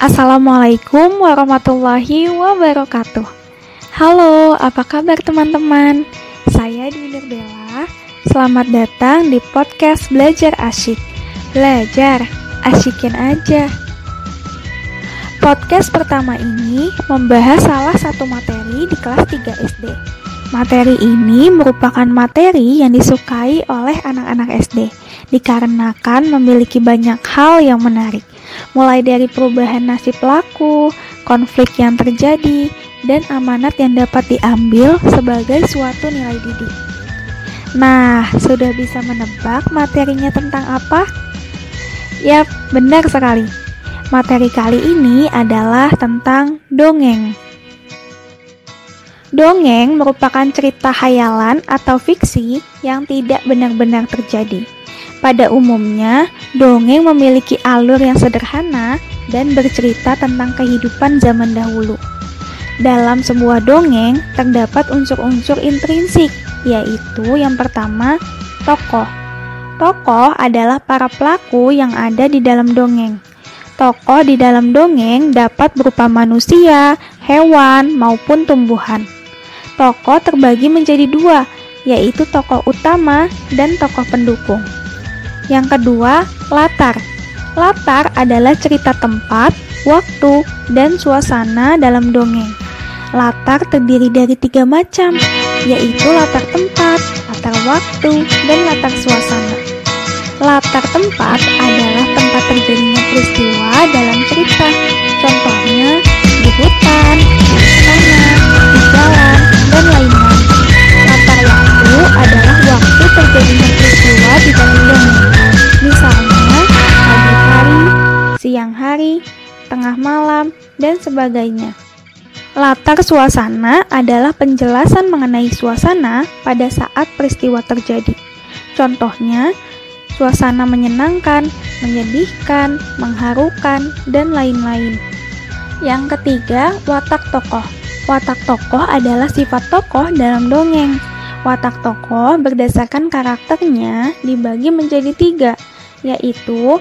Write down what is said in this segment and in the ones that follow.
Assalamualaikum warahmatullahi wabarakatuh. Halo, apa kabar teman-teman? Saya Dwi Nurbella. Selamat datang di podcast Belajar Asyik. Belajar, asyikin aja. Podcast pertama ini membahas salah satu materi di kelas 3 SD. Materi ini merupakan materi yang disukai oleh anak-anak SD, dikarenakan memiliki banyak hal yang menarik, mulai dari perubahan nasib pelaku, konflik yang terjadi, dan amanat yang dapat diambil sebagai suatu nilai didik. Nah, sudah bisa menebak materinya tentang apa? Yap, benar sekali. Materi kali ini adalah tentang dongeng. Dongeng merupakan cerita khayalan atau fiksi yang tidak benar-benar terjadi. Pada umumnya, dongeng memiliki alur yang sederhana dan bercerita tentang kehidupan zaman dahulu. Dalam sebuah dongeng, terdapat unsur-unsur intrinsik, yaitu yang pertama, tokoh. Tokoh adalah para pelaku yang ada di dalam dongeng. Tokoh di dalam dongeng dapat berupa manusia, hewan, maupun tumbuhan. Tokoh terbagi menjadi dua, yaitu tokoh utama dan tokoh pendukung. Yang kedua, latar. Latar adalah cerita tempat, waktu, dan suasana dalam dongeng. Latar terdiri dari 3 macam, yaitu latar tempat, latar waktu, dan latar suasana. Latar tempat adalah tempat terjadinya peristiwa dalam cerita. Contohnya, di hutan, di istana, di jalan, dan lain-lain. Latar waktu adalah waktu terjadinya peristiwa di dalam dongeng. Misalnya, pagi hari, siang hari, tengah malam, dan sebagainya. Latar suasana adalah penjelasan mengenai suasana pada saat peristiwa terjadi. Contohnya, suasana menyenangkan, menyedihkan, mengharukan, dan lain-lain. Yang ketiga, watak tokoh. Watak tokoh adalah sifat tokoh dalam dongeng. Watak tokoh berdasarkan karakternya dibagi menjadi 3, yaitu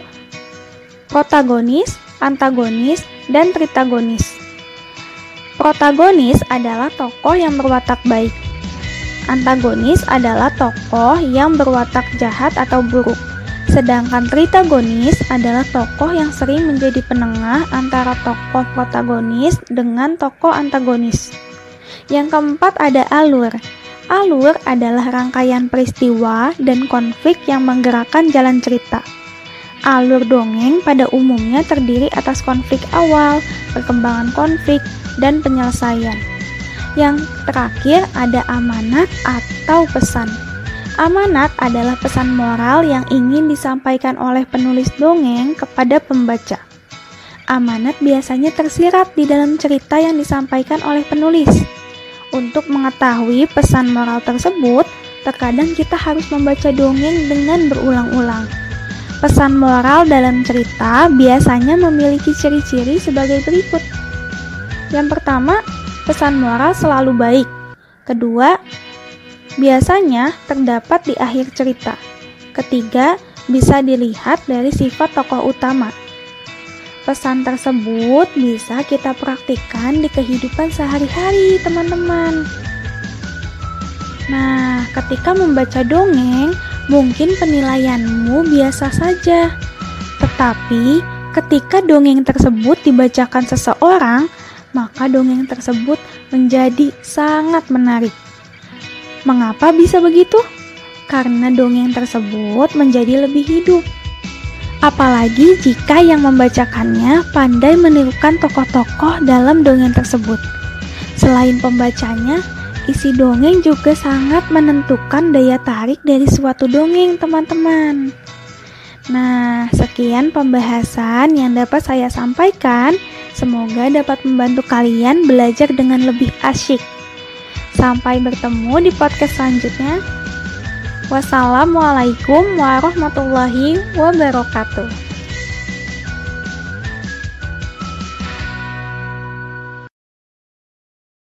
protagonis, antagonis, dan tritagonis. Protagonis adalah tokoh yang berwatak baik. Antagonis adalah tokoh yang berwatak jahat atau buruk. Sedangkan tritagonis adalah tokoh yang sering menjadi penengah antara tokoh protagonis dengan tokoh antagonis. Yang keempat ada alur. Alur adalah rangkaian peristiwa dan konflik yang menggerakkan jalan cerita. Alur dongeng pada umumnya terdiri atas konflik awal, perkembangan konflik, dan penyelesaian. Yang terakhir ada amanat atau pesan. Amanat adalah pesan moral yang ingin disampaikan oleh penulis dongeng kepada pembaca. Amanat biasanya tersirat di dalam cerita yang disampaikan oleh penulis. Untuk mengetahui pesan moral tersebut, terkadang kita harus membaca dongeng dengan berulang-ulang. Pesan moral dalam cerita biasanya memiliki ciri-ciri sebagai berikut. Yang pertama, pesan moral selalu baik. Kedua, biasanya terdapat di akhir cerita. Ketiga, bisa dilihat dari sifat tokoh utama. Pesan tersebut bisa kita praktikkan di kehidupan sehari-hari, teman-teman. Nah, ketika membaca dongeng, mungkin penilaianmu biasa saja. Tetapi, ketika dongeng tersebut dibacakan seseorang, maka dongeng tersebut menjadi sangat menarik. Mengapa bisa begitu? Karena dongeng tersebut menjadi lebih hidup. Apalagi jika yang membacakannya pandai menirukan tokoh-tokoh dalam dongeng tersebut. Selain pembacanya, isi dongeng juga sangat menentukan daya tarik dari suatu dongeng, teman-teman. Nah, sekian pembahasan yang dapat saya sampaikan. Semoga dapat membantu kalian belajar dengan lebih asyik. Sampai bertemu di podcast selanjutnya. Wassalamualaikum warahmatullahi wabarakatuh.